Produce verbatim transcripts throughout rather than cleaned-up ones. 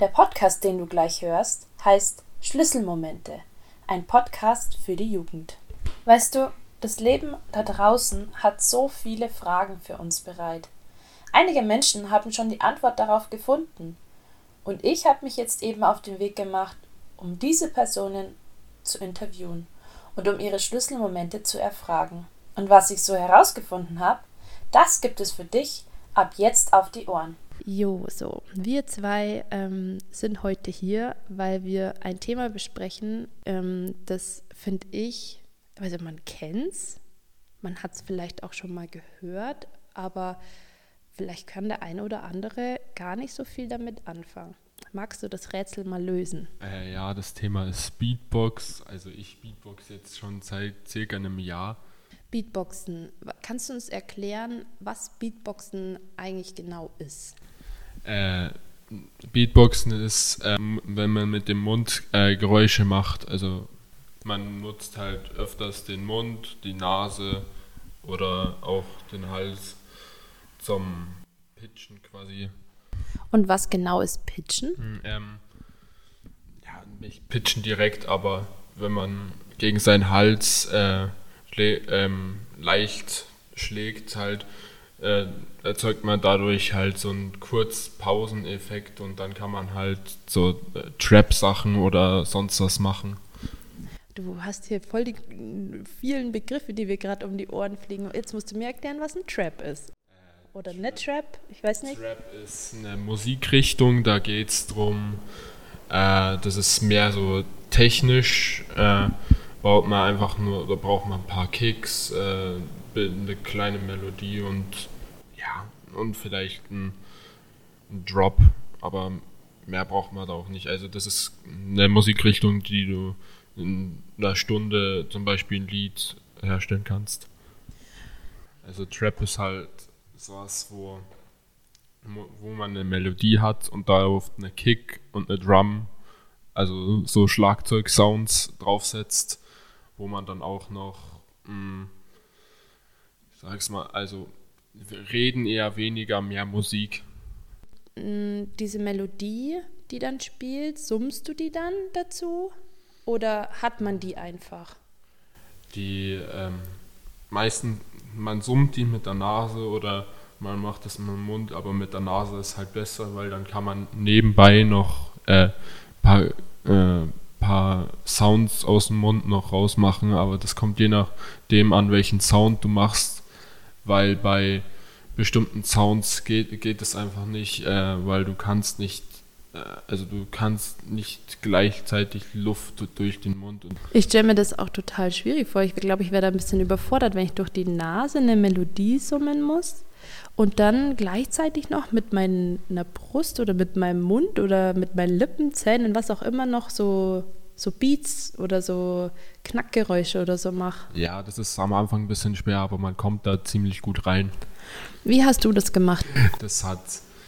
Der Podcast, den du gleich hörst, heißt Schlüsselmomente, ein Podcast für die Jugend. Weißt du, das Leben da draußen hat so viele Fragen für uns bereit. Einige Menschen haben schon die Antwort darauf gefunden. Und ich habe mich jetzt eben auf den Weg gemacht, um diese Personen zu interviewen und um ihre Schlüsselmomente zu erfragen. Und was ich so herausgefunden habe, das gibt es für dich ab jetzt auf die Ohren. Jo, so, wir zwei ähm, sind heute hier, weil wir ein Thema besprechen, ähm, das finde ich, also man kennt's, man hat es vielleicht auch schon mal gehört, aber vielleicht kann der eine oder andere gar nicht so viel damit anfangen. Magst du das Rätsel mal lösen? Äh, ja, das Thema ist Beatbox. Also ich Beatbox jetzt schon seit circa einem Jahr. Beatboxen. Kannst du uns erklären, was Beatboxen eigentlich genau ist? Äh, Beatboxen ist, ähm, wenn man mit dem Mund äh, Geräusche macht. Also man nutzt halt öfters den Mund, die Nase oder auch den Hals zum Pitchen quasi. Und was genau ist Pitchen? Hm, ähm, ja, nicht Pitchen direkt, aber wenn man gegen seinen Hals äh, schlä- ähm, leicht schlägt, halt äh, erzeugt man dadurch halt so einen Kurzpauseneffekt und dann kann man halt so äh, Trap-Sachen oder sonst was machen. Du hast hier voll die vielen Begriffe, die wir gerade um die Ohren fliegen. Jetzt musst du mir erklären, was ein Trap ist. Oder nicht Trap, ich weiß nicht. Trap ist eine Musikrichtung, da geht es darum, äh, das ist mehr so technisch, äh, baut man einfach nur, da braucht man ein paar Kicks, äh, eine kleine Melodie und ja, und vielleicht ein, ein Drop, aber mehr braucht man da auch nicht. Also das ist eine Musikrichtung, die du in einer Stunde zum Beispiel ein Lied herstellen kannst. Also Trap ist halt sowas, wo, wo man eine Melodie hat und darauf eine Kick und eine Drum, also so Schlagzeug-Sounds draufsetzt, wo man dann auch noch, mh, ich sag's mal, also wir reden eher weniger, mehr Musik. Diese Melodie, die dann spielt, summst du die dann dazu oder hat man die einfach? Die ähm, meisten, man summt die mit der Nase oder man macht das mit dem Mund, aber mit der Nase ist halt besser, weil dann kann man nebenbei noch äh, paar, äh, paar Sounds aus dem Mund noch rausmachen, aber das kommt je nachdem an, welchen Sound du machst, weil bei bestimmten Sounds geht, geht es einfach nicht, äh, weil du kannst nicht Also du kannst nicht gleichzeitig Luft durch den Mund. Und ich stelle mir das auch total schwierig vor. Ich glaube, ich wäre da ein bisschen überfordert, wenn ich durch die Nase eine Melodie summen muss und dann gleichzeitig noch mit meiner Brust oder mit meinem Mund oder mit meinen Lippen, Zähnen, was auch immer noch so, so Beats oder so Knackgeräusche oder so mache. Ja, das ist am Anfang ein bisschen schwer, aber man kommt da ziemlich gut rein. Wie hast du das gemacht? Das hat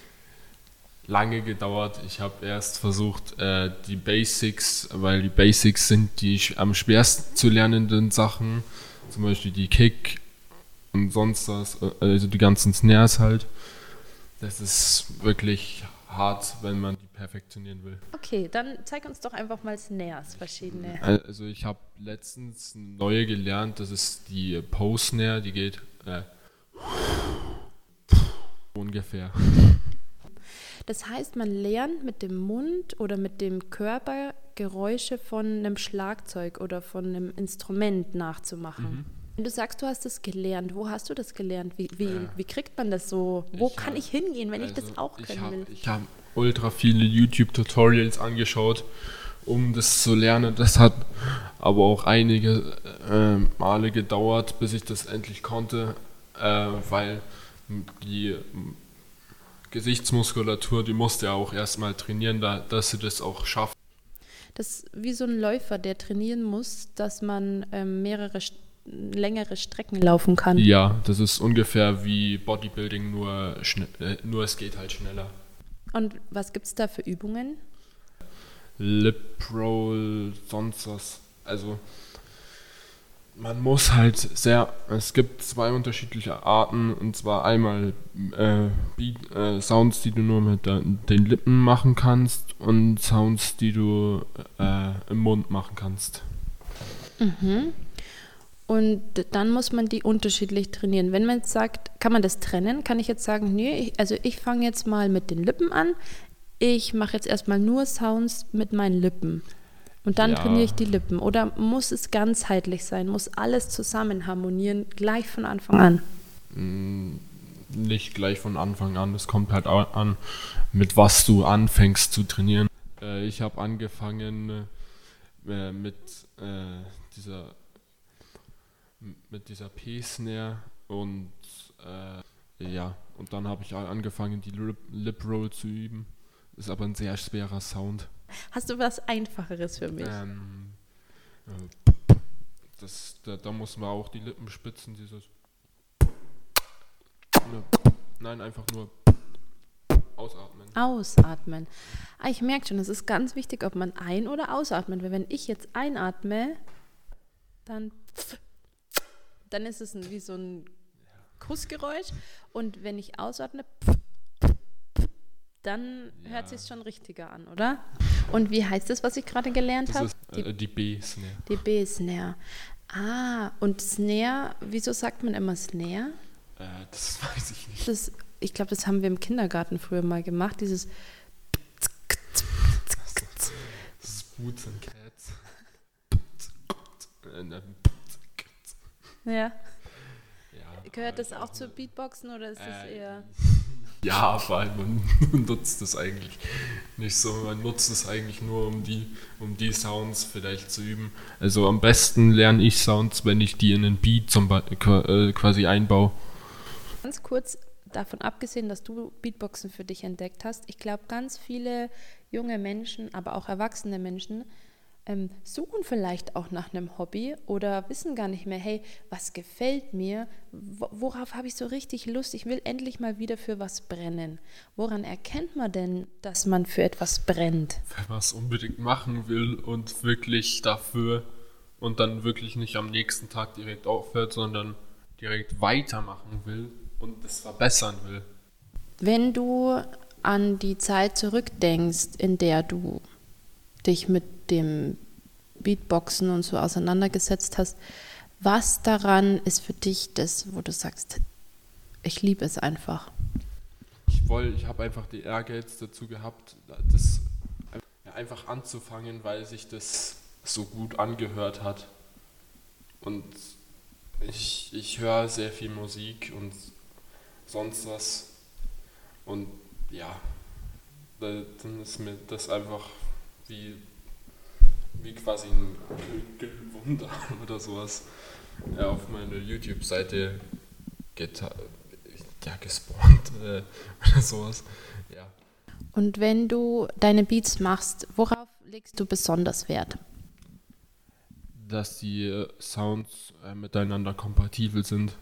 lange gedauert. Ich habe erst versucht, äh, die Basics, weil die Basics sind die am schwersten zu lernenden Sachen, zum Beispiel die Kick und sonst was, also die ganzen Snares halt. Das ist wirklich hart, wenn man die perfektionieren will. Okay, dann zeig uns doch einfach mal Snares, verschiedene. Also ich habe letztens eine neue gelernt, das ist die Pose-Snare, die geht äh, ungefähr. Das heißt, man lernt mit dem Mund oder mit dem Körper Geräusche von einem Schlagzeug oder von einem Instrument nachzumachen. Mhm. Und du sagst, du hast das gelernt. Wo hast du das gelernt? Wie, wie, ja. wie kriegt man das so? Wo ich kann hab, ich hingehen, wenn also ich das auch können hab, will? Ich habe ultra viele YouTube-Tutorials angeschaut, um das zu lernen. Das hat aber auch einige äh, Male gedauert, bis ich das endlich konnte, äh, weil die Gesichtsmuskulatur, die musste ja auch erstmal trainieren, da, dass sie das auch schafft. Das ist wie so ein Läufer, der trainieren muss, dass man ähm, mehrere längere Strecken laufen kann. Ja, das ist ungefähr wie Bodybuilding, nur, schn- äh, nur es geht halt schneller. Und was gibt es da für Übungen? Lip Roll, sonst was. Also Man muss halt sehr, es gibt zwei unterschiedliche Arten, und zwar einmal äh, Beat, äh, Sounds, die du nur mit de, den Lippen machen kannst, und Sounds, die du äh, im Mund machen kannst. Mhm. Und dann muss man die unterschiedlich trainieren. Wenn man jetzt sagt, kann man das trennen? Kann ich jetzt sagen, nee, ich, also ich fange jetzt mal mit den Lippen an, ich mache jetzt erstmal nur Sounds mit meinen Lippen. Und dann Ja. trainiere ich die Lippen. Oder muss es ganzheitlich sein? Muss alles zusammen harmonieren, gleich von Anfang an? Mm, Nicht gleich von Anfang an, es kommt halt au- an, mit was du anfängst zu trainieren. Äh, ich habe angefangen äh, mit äh, dieser mit dieser P-Snare und äh, ja, und dann habe ich angefangen, die Lip, Lip Roll zu üben. Ist aber ein sehr schwerer Sound. Hast du was Einfacheres für mich? Ähm, äh, das, da, da muss man auch die Lippen spitzen, dieses. Nein, einfach nur ausatmen. Ausatmen. Ah, ich merke schon, es ist ganz wichtig, ob man ein- oder ausatmet. Weil wenn ich jetzt einatme, dann, dann ist es ein, wie so ein Kussgeräusch. Und wenn ich ausatme, dann Ja. hört sich schon richtiger an, oder? Und wie heißt das, was ich gerade gelernt Das habe? ist äh, die B-Snare. Die B-Snare. Ah, und Snare, wieso sagt man immer Snare? Äh, das weiß ich nicht. Das, ich glaube, das haben wir im Kindergarten früher mal gemacht, dieses Das ist Boots and Cats. ja. Ja, Gehört das aber auch zu Beatboxen oder ist das Äh, eher... Ja, weil man nutzt es eigentlich nicht so. Man nutzt es eigentlich nur, um die, um die Sounds vielleicht zu üben. Also am besten lerne ich Sounds, wenn ich die in einen Beat zum Be- äh, quasi einbaue. Ganz kurz, davon abgesehen, dass du Beatboxen für dich entdeckt hast, ich glaube, ganz viele junge Menschen, aber auch erwachsene Menschen, ähm, suchen vielleicht auch nach einem Hobby oder wissen gar nicht mehr, hey, was gefällt mir, Wo- worauf habe ich so richtig Lust, ich will endlich mal wieder für was brennen. Woran erkennt man denn, dass man für etwas brennt? Wenn man es unbedingt machen will und wirklich dafür und dann wirklich nicht am nächsten Tag direkt aufhört, sondern direkt weitermachen will und es verbessern will. Wenn du an die Zeit zurückdenkst, in der du dich mit dem Beatboxen und so auseinandergesetzt hast, was daran ist für dich das, wo du sagst, ich liebe es einfach? Ich wollte, ich habe einfach die Ehrgeiz dazu gehabt, das einfach anzufangen, weil sich das so gut angehört hat. Und ich, ich höre sehr viel Musik und sonst was. Und ja, da- dann ist mir das einfach wie, wie quasi ein Ge- Wunder oder sowas ja, auf meine YouTube-Seite geta- ja, gespawnt äh, oder sowas. Ja. Und wenn du deine Beats machst, worauf legst du besonders Wert? Dass die äh, Sounds äh, miteinander kompatibel sind.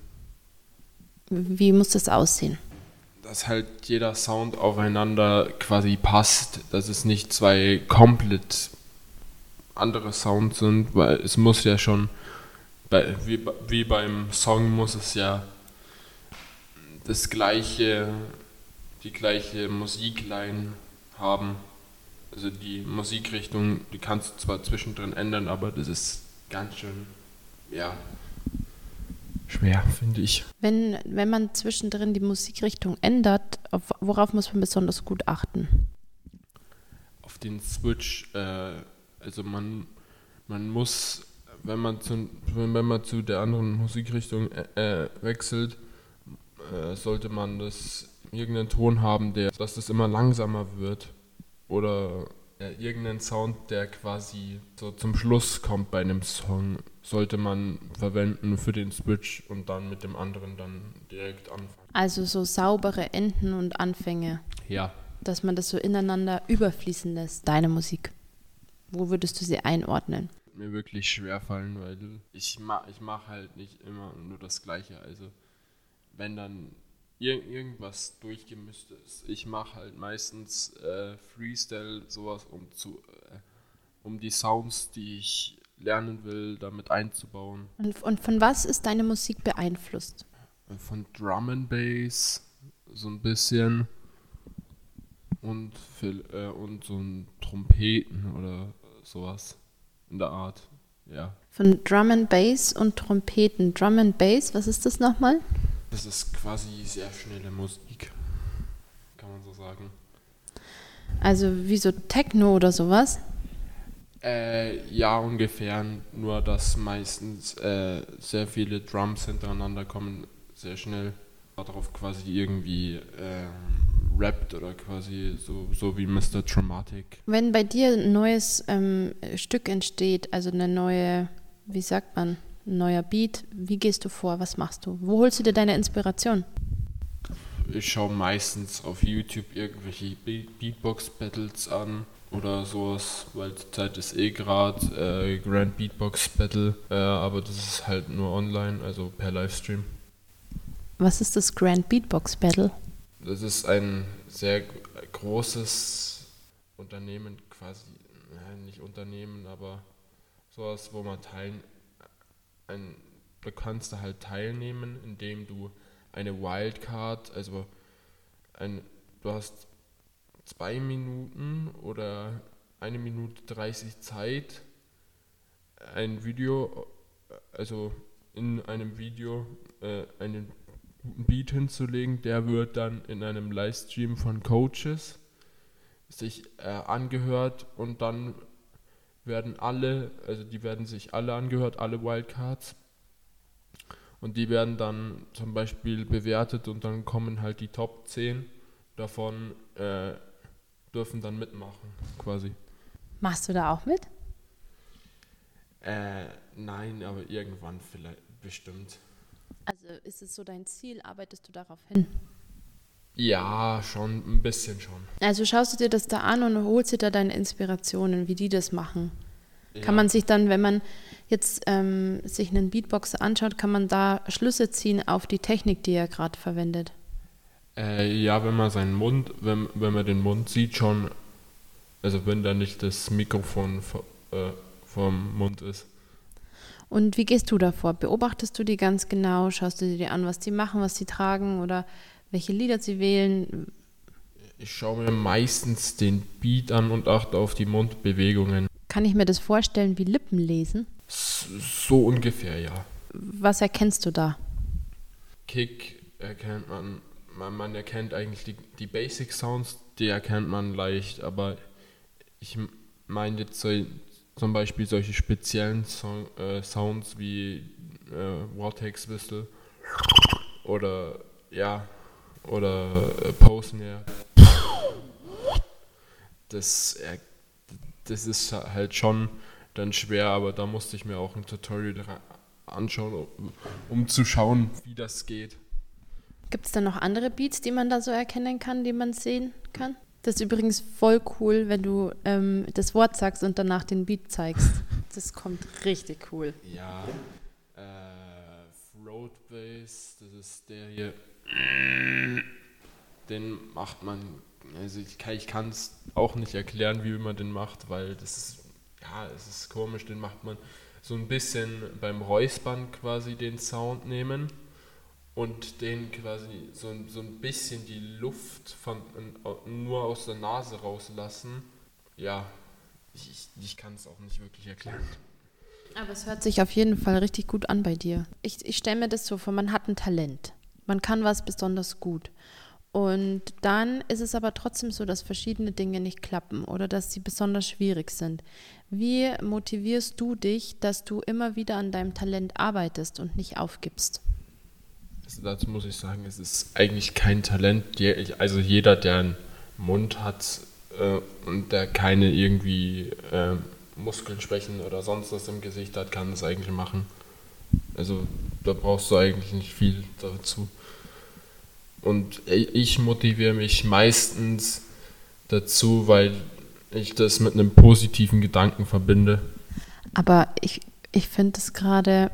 Wie muss das aussehen? Dass halt jeder Sound aufeinander quasi passt, dass es nicht zwei komplett andere Sounds sind, weil es muss ja schon, bei, wie, wie beim Song muss es ja das gleiche, die gleiche Musikline haben. Also die Musikrichtung, die kannst du zwar zwischendrin ändern, aber das ist ganz schön, ja, schwer, finde ich. Wenn, wenn man zwischendrin die Musikrichtung ändert, auf, worauf muss man besonders gut achten? Auf den Switch, äh, also man, man muss, wenn man zu, wenn man zu der anderen Musikrichtung äh, wechselt, äh, sollte man das irgendeinen Ton haben, der, dass das immer langsamer wird oder äh, irgendeinen Sound, der quasi so zum Schluss kommt bei einem Song, sollte man verwenden für den Switch und dann mit dem anderen dann direkt anfangen. Also so saubere Enden und Anfänge, Ja. dass man das so ineinander überfließen lässt, deine Musik. Wo würdest du sie einordnen? Mir wirklich schwer fallen, weil ich ma ich mache halt nicht immer nur das Gleiche. Also wenn dann ir irgendwas durchgemischt ist, ich mache halt meistens äh, Freestyle sowas, um zu äh, um die Sounds, die ich lernen will, damit einzubauen. Und, und von was ist deine Musik beeinflusst? Von Drum and Bass so ein bisschen und, viel, äh, und so ein Trompeten oder sowas in der Art, ja. Von Drum and Bass und Trompeten. Drum and Bass, was ist das nochmal? Das ist quasi sehr schnelle Musik, kann man so sagen. Also wie so Techno oder sowas? Äh, ja, ungefähr, nur dass meistens äh, sehr viele Drums hintereinander kommen, sehr schnell. Darauf quasi irgendwie äh, rappt oder quasi so, so wie Mister Traumatic. Wenn bei dir ein neues ähm, Stück entsteht, also eine neue, wie sagt man, ein neuer Beat, wie gehst du vor, was machst du? Wo holst du dir deine Inspiration? Ich schaue meistens auf YouTube irgendwelche Be- Beatbox-Battles an oder sowas, weil zur Zeit ist eh gerade äh, Grand Beatbox Battle, äh, aber das ist halt nur online, also per Livestream. Was ist das Grand Beatbox Battle? Das ist ein sehr g- großes Unternehmen, quasi, äh, nicht Unternehmen, aber sowas, wo man teilen, ein, du kannst da halt teilnehmen, indem du eine Wildcard, also ein, du hast zwei Minuten oder eine Minute dreißig Zeit, ein Video, also in einem Video äh, einen guten Beat hinzulegen, der wird dann in einem Livestream von Coaches sich äh, angehört und dann werden alle, also die werden sich alle angehört, alle Wildcards. Und die werden dann zum Beispiel bewertet und dann kommen halt die Top zehn davon, äh, dürfen dann mitmachen, quasi. Machst du da auch mit? Äh, nein, aber irgendwann vielleicht, bestimmt. Also ist es so dein Ziel, arbeitest du darauf hin? Ja, schon, ein bisschen schon. Also schaust du dir das da an und holst dir da deine Inspirationen, wie die das machen? Ja. Kann man sich dann, wenn man jetzt ähm, sich einen Beatboxer anschaut, kann man da Schlüsse ziehen auf die Technik, die er gerade verwendet? Äh, ja, wenn man seinen Mund, wenn, wenn man den Mund sieht schon, also wenn da nicht das Mikrofon vor, äh, vom Mund ist. Und wie gehst du davor? Beobachtest du die ganz genau? Schaust du dir an, was die machen, was sie tragen oder welche Lieder sie wählen? Ich schaue mir meistens den Beat an und achte auf die Mundbewegungen. Kann ich mir das vorstellen wie Lippenlesen? S- So ungefähr, ja. Was erkennst du da? Kick erkennt man, man, man erkennt eigentlich die, die Basic Sounds, die erkennt man leicht, aber ich m- meine jetzt so, zum Beispiel solche speziellen Song, äh, Sounds wie äh, Vortex Whistle oder ja, oder äh, Posner. Das, er, das ist halt schon dann schwer, aber da musste ich mir auch ein Tutorial ra- anschauen, um, um zu schauen, wie das geht. Gibt es da noch andere Beats, die man da so erkennen kann, die man sehen kann? Das ist übrigens voll cool, wenn du ähm, das Wort sagst und danach den Beat zeigst. Das kommt richtig cool. Ja, äh, Throat Bass, das ist der hier. Den macht man, also ich kann ich kann es auch nicht erklären, wie man den macht, weil das ist, ja, es ist komisch, den macht man so ein bisschen beim Räuspern quasi den Sound nehmen und den quasi so, so ein bisschen die Luft von, nur aus der Nase rauslassen. Ja, ich, ich, ich kann es auch nicht wirklich erklären. Aber es hört sich auf jeden Fall richtig gut an bei dir. Ich, ich stelle mir das so vor, man hat ein Talent. Man kann was besonders gut. Und dann ist es aber trotzdem so, dass verschiedene Dinge nicht klappen oder dass sie besonders schwierig sind. Wie motivierst du dich, dass du immer wieder an deinem Talent arbeitest und nicht aufgibst? Also dazu muss ich sagen, es ist eigentlich kein Talent. Je- Also jeder, der einen Mund hat äh, und der keine irgendwie äh, Muskeln, Schwächen oder sonst was im Gesicht hat, kann das eigentlich machen. Also da brauchst du eigentlich nicht viel dazu. Und ich motiviere mich meistens dazu, weil ich das mit einem positiven Gedanken verbinde. Aber ich, ich finde es gerade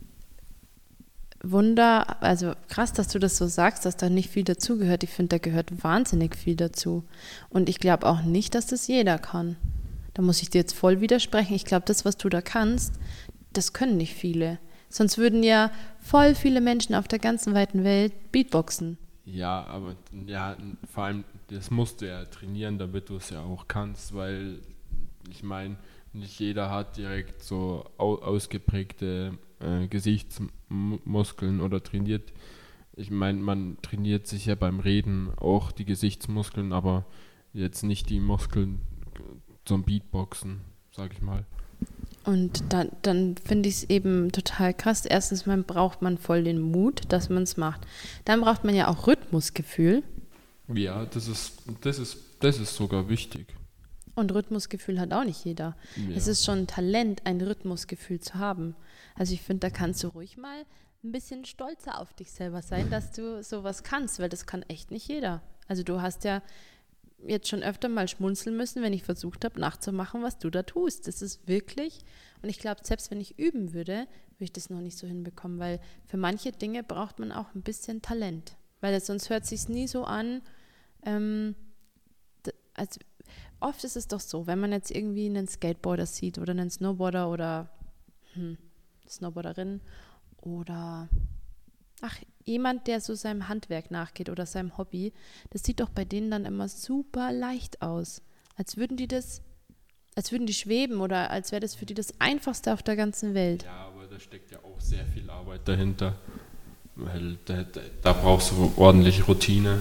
Wunder, also krass, dass du das so sagst, dass da nicht viel dazugehört. Ich finde, da gehört wahnsinnig viel dazu. Und ich glaube auch nicht, dass das jeder kann. Da muss ich dir jetzt voll widersprechen. Ich glaube, das, was du da kannst, das können nicht viele. Sonst würden ja voll viele Menschen auf der ganzen weiten Welt Beatboxen. Ja, aber ja, vor allem, das musst du ja trainieren, damit du es ja auch kannst, weil ich meine, nicht jeder hat direkt so au- ausgeprägte äh, Gesichtsmuskeln oder trainiert. Ich meine, man trainiert sich ja beim Reden auch die Gesichtsmuskeln, aber jetzt nicht die Muskeln zum Beatboxen, sag ich mal. Und dann, dann finde ich es eben total krass. Erstens mal braucht man voll den Mut, dass man es macht. Dann braucht man ja auch Rhythmusgefühl. Ja, das ist, das ist, das ist sogar wichtig. Und Rhythmusgefühl hat auch nicht jeder. Ja. Es ist schon ein Talent, ein Rhythmusgefühl zu haben. Also ich finde, da kannst du ruhig mal ein bisschen stolzer auf dich selber sein, dass du sowas kannst, weil das kann echt nicht jeder. Also du hast ja jetzt schon öfter mal schmunzeln müssen, wenn ich versucht habe, nachzumachen, was du da tust. Das ist wirklich, und ich glaube, selbst wenn ich üben würde, würde ich das noch nicht so hinbekommen, weil für manche Dinge braucht man auch ein bisschen Talent. Weil das, sonst hört es sich nie so an, ähm, d- als oft ist es doch so, wenn man jetzt irgendwie einen Skateboarder sieht oder einen Snowboarder oder hm, Snowboarderin oder ach, jemand, der so seinem Handwerk nachgeht oder seinem Hobby, das sieht doch bei denen dann immer super leicht aus. Als würden die das, als würden die schweben oder als wäre das für die das Einfachste auf der ganzen Welt. Ja, aber da steckt ja auch sehr viel Arbeit dahinter. Weil da, da, da brauchst du ordentlich Routine,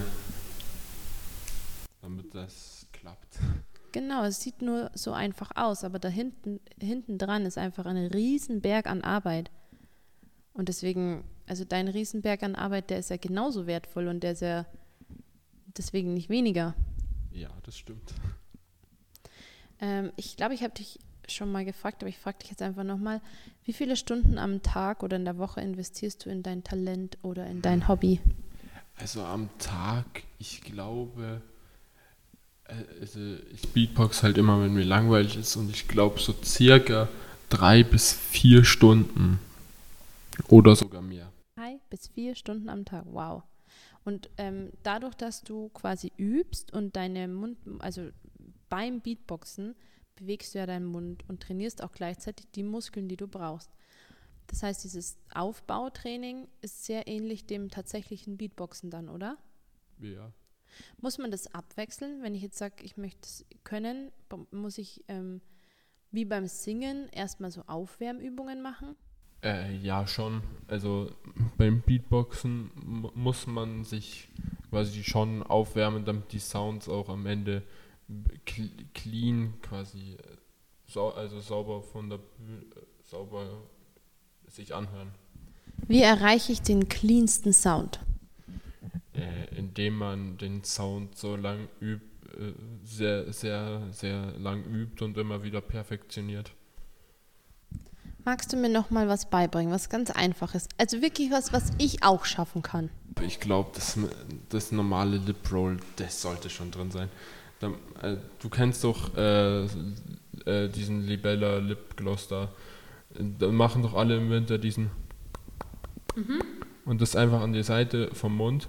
damit das klappt. Genau, es sieht nur so einfach aus, aber da hinten, hinten dran ist einfach ein Riesenberg an Arbeit. Und deswegen, also dein Riesenberg an Arbeit, der ist ja genauso wertvoll und der ist ja deswegen nicht weniger. Ja, das stimmt. Ähm, ich glaube, ich habe dich schon mal gefragt, aber ich frage dich jetzt einfach nochmal, wie viele Stunden am Tag oder in der Woche investierst du in dein Talent oder in dein Hobby? Also am Tag, ich glaube, äh, also ich Beatbox halt immer, wenn mir langweilig ist und ich glaube so circa drei bis vier Stunden oder sogar mehr. Drei bis vier Stunden am Tag, wow. Und ähm, dadurch, dass du quasi übst und deine Mund, also beim Beatboxen bewegst du ja deinen Mund und trainierst auch gleichzeitig die Muskeln, die du brauchst. Das heißt, dieses Aufbautraining ist sehr ähnlich dem tatsächlichen Beatboxen dann, oder? Ja. Muss man das abwechseln? Wenn ich jetzt sage, ich möchte es können, muss ich ähm, wie beim Singen erstmal so Aufwärmübungen machen? Äh, ja, schon. Also beim Beatboxen mu- muss man sich quasi schon aufwärmen, damit die Sounds auch am Ende cl- clean quasi, äh, sau- also sauber von der Bühne, äh, sauber sich anhören. Wie erreiche ich den cleansten Sound? Äh, indem man den Sound so lang übt, äh, sehr, sehr, sehr lang übt und immer wieder perfektioniert. Magst du mir noch mal was beibringen, was ganz Einfaches? Also wirklich was, was ich auch schaffen kann. Ich glaube, das, das normale Lip Roll, das sollte schon drin sein. Da, äh, du kennst doch äh, äh, diesen Libella Lip Gloss da. Da machen doch alle im Winter diesen. Mhm. Und das einfach an die Seite vom Mund.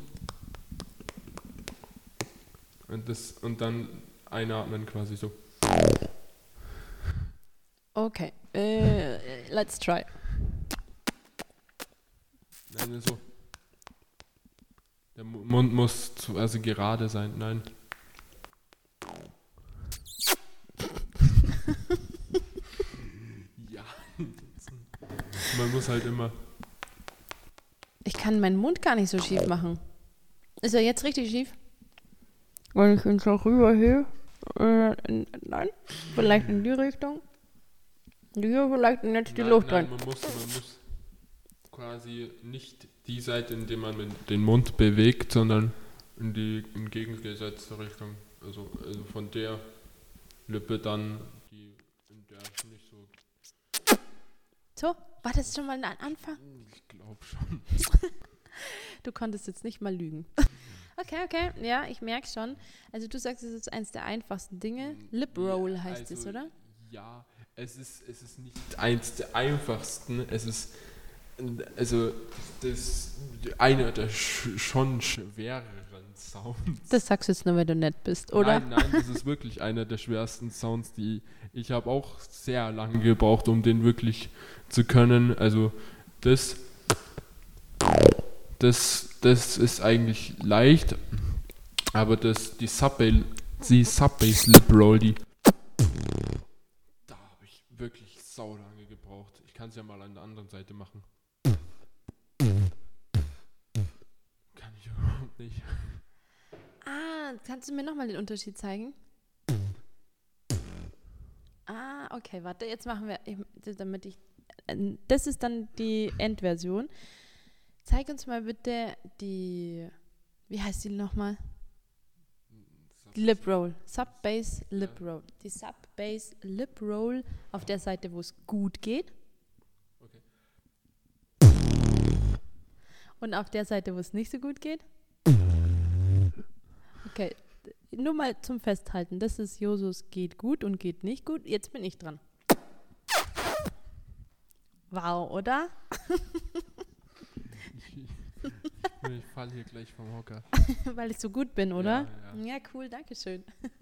Und, das, und dann einatmen quasi so. Okay, äh, let's try. Nein, so. Der Mu- Mund muss zu, also gerade sein. Nein. Ja. Man muss halt immer. Ich kann meinen Mund gar nicht so schief machen. Ist er jetzt richtig schief? Wenn ich ihn so rüberhebe? Äh, in- nein, vielleicht in die Richtung. Hier vielleicht und jetzt die Nein, Luft nein, rein. man muss, man muss quasi nicht die Seite, in der man mit den Mund bewegt, sondern in die entgegengesetzte Richtung. Also, also von der Lippe dann, die in der nicht so. So, war das schon mal ein Anfang? Ich glaube schon. Du konntest jetzt nicht mal lügen. Okay, okay, ja, ich merke schon. Also du sagst, es ist eines der einfachsten Dinge. Lip Roll Ja, heißt es, also, oder? Ja, es ist, es ist nicht eins der einfachsten, es ist also das einer der sch- schon schwereren Sounds. Das sagst du jetzt nur, wenn du nett bist, oder? Nein, nein, das ist wirklich einer der schwersten Sounds, die ich habe auch sehr lange gebraucht, um den wirklich zu können. Also das, das, das ist eigentlich leicht, aber das, die Subbass, die Subbass Lip Roll, die da habe ich wirklich sau lange gebraucht. Ich kann es ja mal an der anderen Seite machen. Kann ich überhaupt nicht. Ah, kannst du mir nochmal den Unterschied zeigen? Ah, okay, warte, jetzt machen wir, damit ich, das ist dann die Endversion. Zeig uns mal bitte die, wie heißt die nochmal? Lip Roll, Sub-Bass Lip Roll. Die Sub-Bass Lip Roll auf der Seite, wo es gut geht. Okay. Und auf der Seite, wo es nicht so gut geht. Okay, nur mal zum Festhalten. Das ist Josus geht gut und geht nicht gut. Jetzt bin ich dran. Wow, oder? Ich, ich falle hier gleich vom Hocker. Weil ich so gut bin, oder? Ja, ja. Ja, cool, danke schön.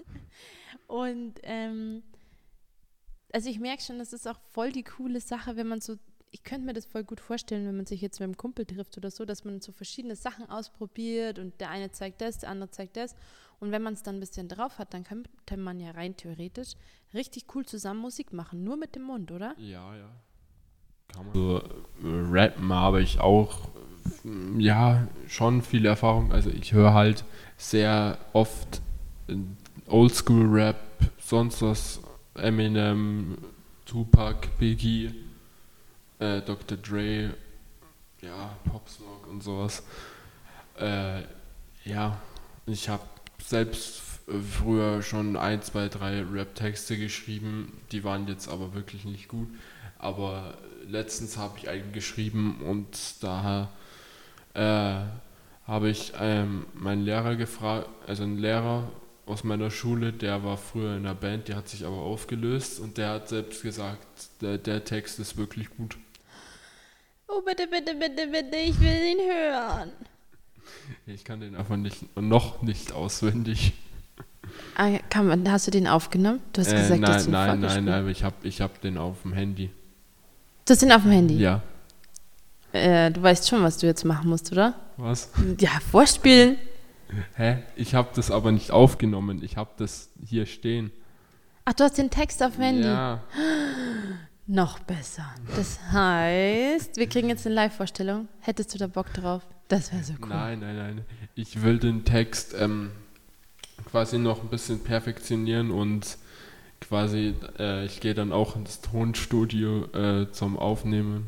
Und ähm, also ich merke schon, das ist auch voll die coole Sache, wenn man so, ich könnte mir das voll gut vorstellen, wenn man sich jetzt mit einem Kumpel trifft oder so, dass man so verschiedene Sachen ausprobiert und der eine zeigt das, der andere zeigt das. Und wenn man es dann ein bisschen drauf hat, dann könnte man ja rein theoretisch richtig cool zusammen Musik machen, nur mit dem Mund, oder? Ja, ja. Kann man. So, äh, rappen habe ich auch, äh, ja, schon viel Erfahrung. Also ich höre halt sehr oft äh, Oldschool-Rap, sonst was, Eminem, Tupac, Biggie, äh, Doktor Dre, ja, Pop Smoke und sowas. Äh, ja, ich habe selbst f- früher schon ein, zwei, drei Rap-Texte geschrieben, die waren jetzt aber wirklich nicht gut. Aber letztens habe ich einen geschrieben und da äh, habe ich ähm, meinen Lehrer gefragt, also einen Lehrer aus meiner Schule, der war früher in einer Band, die hat sich aber aufgelöst und der hat selbst gesagt, der, der Text ist wirklich gut. Oh, bitte, bitte, bitte, bitte, ich will ihn hören. Ich kann den einfach nicht, noch nicht auswendig. Ah, kann man, hast du den aufgenommen? Du hast Äh, gesagt, nein, dass du ihn nein, nein, vorgespielt. nein, aber ich habe ich hab den auf dem Handy. Du hast den auf dem Handy? Ja. Äh, du weißt schon, was du jetzt machen musst, oder? Was? Ja, vorspielen. Hä? Ich habe das aber nicht aufgenommen. Ich habe das hier stehen. Ach, du hast den Text auf dem Handy. Ja. Noch besser. Das heißt, wir kriegen jetzt eine Live-Vorstellung. Hättest du da Bock drauf? Das wäre so cool. Nein, nein, nein. Ich will den Text ähm, quasi noch ein bisschen perfektionieren und quasi, äh, ich gehe dann auch ins Tonstudio äh, zum Aufnehmen.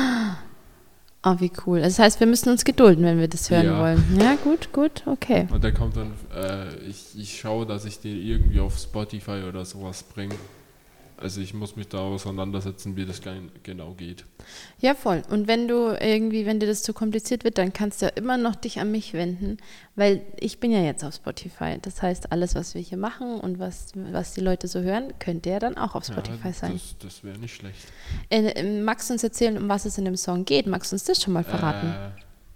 Oh, wie cool. Das heißt, wir müssen uns gedulden, wenn wir das hören Ja. wollen. Ja, gut, gut, okay. Und dann kommt dann, äh, ich, ich schaue, dass ich den irgendwie auf Spotify oder sowas bringe. Also ich muss mich da auseinandersetzen, wie das gen- genau geht. Ja, voll. Und wenn du irgendwie, wenn dir das zu kompliziert wird, dann kannst du ja immer noch dich an mich wenden, weil ich bin ja jetzt auf Spotify. Das heißt, alles, was wir hier machen und was, was die Leute so hören, könnte ja dann auch auf Spotify ja, sein. Das, das wäre nicht schlecht. Äh, äh, magst du uns erzählen, um was es in dem Song geht? Magst du uns das schon mal verraten? Äh,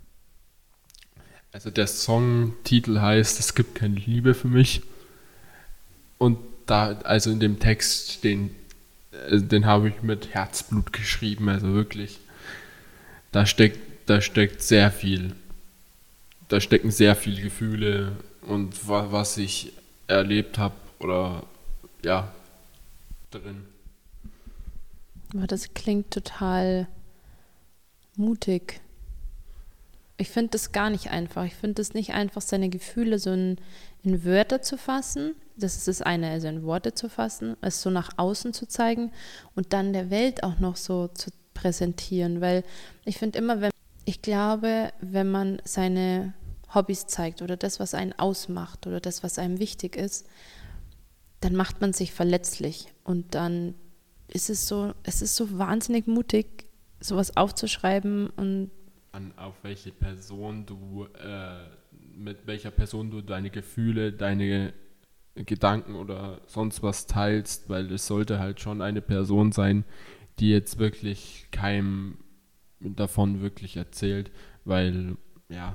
also der Songtitel heißt "Es gibt keine Liebe für mich" und da, also in dem Text, den, äh, den habe ich mit Herzblut geschrieben, also wirklich, da steckt, da steckt sehr viel, da stecken sehr viele Gefühle und wa- was ich erlebt habe oder ja, drin. Aber das klingt total mutig. Ich finde das gar nicht einfach. Ich finde es nicht einfach, seine Gefühle so in, in Wörter zu fassen. Das ist das eine, also in Worte zu fassen, es so nach außen zu zeigen und dann der Welt auch noch so zu präsentieren. Weil ich finde immer, wenn ich glaube, wenn man seine Hobbys zeigt oder das, was einen ausmacht oder das, was einem wichtig ist, dann macht man sich verletzlich. Und dann ist es so, es ist so wahnsinnig mutig, sowas aufzuschreiben und An auf welche Person du, äh, mit welcher Person du deine Gefühle, deine Gedanken oder sonst was teilst, weil es sollte halt schon eine Person sein, die jetzt wirklich keinem davon wirklich erzählt, weil, ja,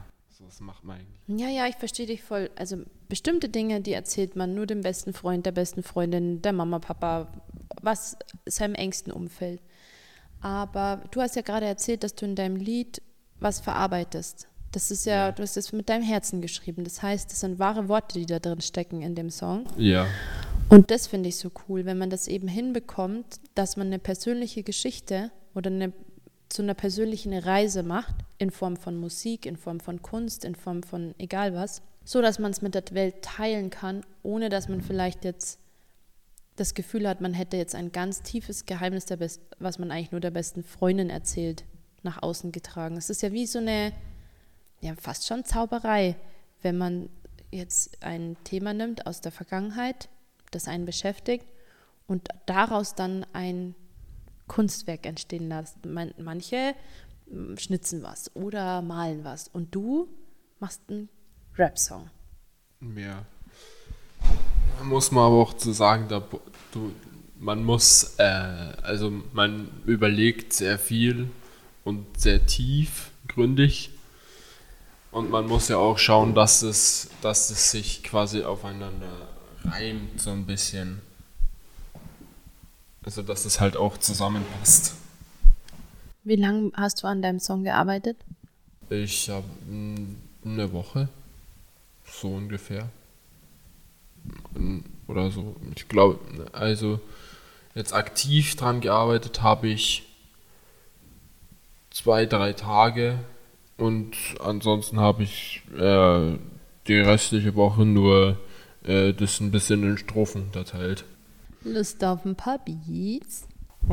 So, das macht man eigentlich. Ja, ja, ich verstehe dich voll. Also bestimmte Dinge, die erzählt man nur dem besten Freund, der besten Freundin, der Mama, Papa, was seinem engsten Umfeld. Aber du hast ja gerade erzählt, dass du in deinem Lied was verarbeitest. Das ist ja, Ja. du hast es mit deinem Herzen geschrieben. Das heißt, das sind wahre Worte, die da drin stecken in dem Song. Ja. Und das finde ich so cool, wenn man das eben hinbekommt, dass man eine persönliche Geschichte oder eine, zu einer persönlichen Reise macht, in Form von Musik, in Form von Kunst, in Form von egal was, so dass man es mit der Welt teilen kann, ohne dass man vielleicht jetzt das Gefühl hat, man hätte jetzt ein ganz tiefes Geheimnis, der Best- was man eigentlich nur der besten Freundin erzählt, nach außen getragen. Es ist ja wie so eine, ja fast schon Zauberei, wenn man jetzt ein Thema nimmt aus der Vergangenheit, das einen beschäftigt und daraus dann ein Kunstwerk entstehen lässt. Man, manche schnitzen was oder malen was und du machst einen Rap-Song. Ja. Da muss man aber auch zu sagen, da, du, man muss, äh, also man überlegt sehr viel und sehr tiefgründig und man muss ja auch schauen, dass es, dass es sich quasi aufeinander reimt so ein bisschen. Also dass es halt auch zusammenpasst. Wie lange hast du an deinem Song gearbeitet? Ich habe eine Woche, so ungefähr. Oder so. Ich glaube, also jetzt aktiv dran gearbeitet habe ich zwei, drei Tage und ansonsten habe ich äh, die restliche Woche nur äh, das ein bisschen in Strophen unterteilt. Lust auf ein paar Beats?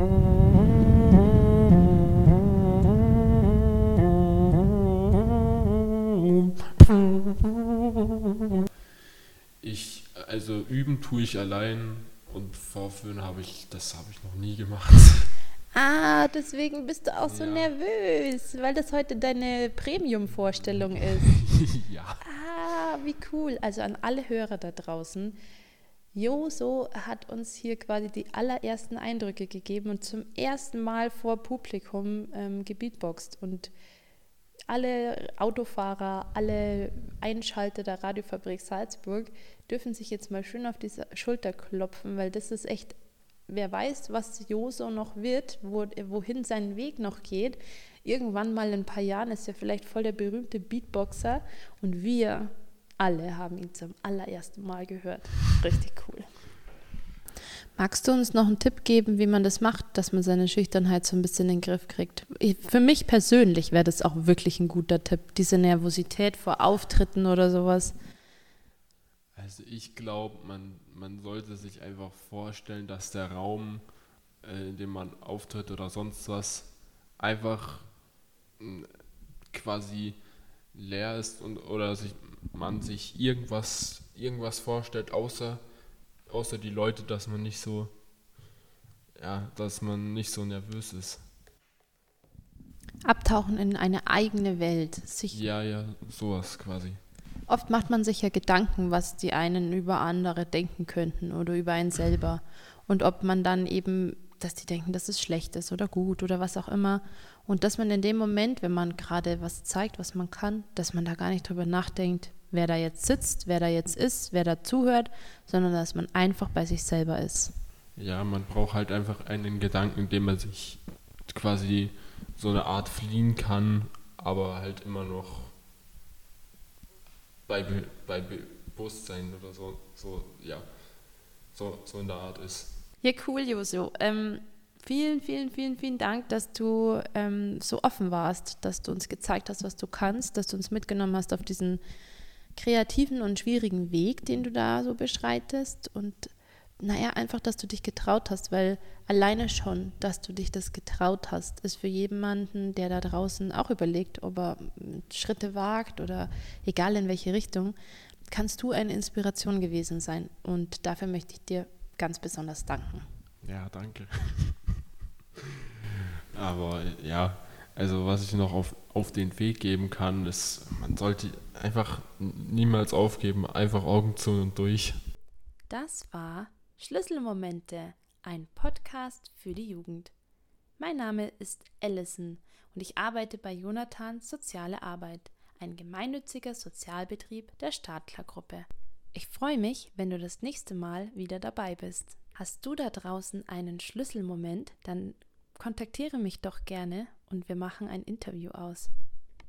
Ich, also üben tue ich allein und vorführen habe ich, das habe ich noch nie gemacht. Ah, deswegen bist du auch so Ja. nervös, weil das heute deine Premium-Vorstellung ist. Ja. Ah, wie cool. Also an alle Hörer da draußen. Joso hat uns hier quasi die allerersten Eindrücke gegeben und zum ersten Mal vor Publikum ähm, gebeatboxt. Und alle Autofahrer, alle Einschalter der Radiofabrik Salzburg dürfen sich jetzt mal schön auf die Schulter klopfen, weil das ist echt, wer weiß, was Joso noch wird, wo, wohin sein Weg noch geht. Irgendwann mal in ein paar Jahren ist er vielleicht voll der berühmte Beatboxer und wir alle haben ihn zum allerersten Mal gehört. Richtig cool. Magst du uns noch einen Tipp geben, wie man das macht, dass man seine Schüchternheit so ein bisschen in den Griff kriegt? Ich, für mich persönlich wäre das auch wirklich ein guter Tipp, diese Nervosität vor Auftritten oder sowas. Also ich glaube, man, man sollte sich einfach vorstellen, dass der Raum, äh, in dem man auftritt oder sonst was, einfach mh, quasi leer ist und oder sich, man sich irgendwas, irgendwas vorstellt, außer, außer die Leute, dass man nicht so, ja, dass man nicht so nervös ist. Abtauchen in eine eigene Welt. Sich Ja, ja, sowas quasi. Oft macht man sich ja Gedanken, was die einen über andere denken könnten oder über einen selber. Und ob man dann eben, dass die denken, dass es schlecht ist oder gut oder was auch immer. Und dass man in dem Moment, wenn man gerade was zeigt, was man kann, dass man da gar nicht drüber nachdenkt, wer da jetzt sitzt, wer da jetzt ist, wer da zuhört, sondern dass man einfach bei sich selber ist. Ja, man braucht halt einfach einen Gedanken, in dem man sich quasi so eine Art fliehen kann, aber halt immer noch bei, Be- bei Bewusstsein oder so, so ja, so, so in der Art ist. Ja, cool, Joso. Ähm, vielen, vielen, vielen, vielen Dank, dass du ähm, so offen warst, dass du uns gezeigt hast, was du kannst, dass du uns mitgenommen hast auf diesen kreativen und schwierigen Weg, den du da so beschreitest und naja, einfach, dass du dich getraut hast, weil alleine schon, dass du dich das getraut hast, ist für jemanden, der da draußen auch überlegt, ob er Schritte wagt oder egal in welche Richtung, kannst du eine Inspiration gewesen sein und dafür möchte ich dir ganz besonders danken. Ja, danke. Aber ja, also was ich noch auf, auf den Weg geben kann, ist, man sollte einfach niemals aufgeben, einfach Augen zu und durch. Das war Schlüsselmomente, ein Podcast für die Jugend. Mein Name ist Allison und ich arbeite bei Jonathan Soziale Arbeit, ein gemeinnütziger Sozialbetrieb der Stadler-Gruppe. Ich freue mich, wenn du das nächste Mal wieder dabei bist. Hast du da draußen einen Schlüsselmoment, dann kontaktiere mich doch gerne und wir machen ein Interview aus.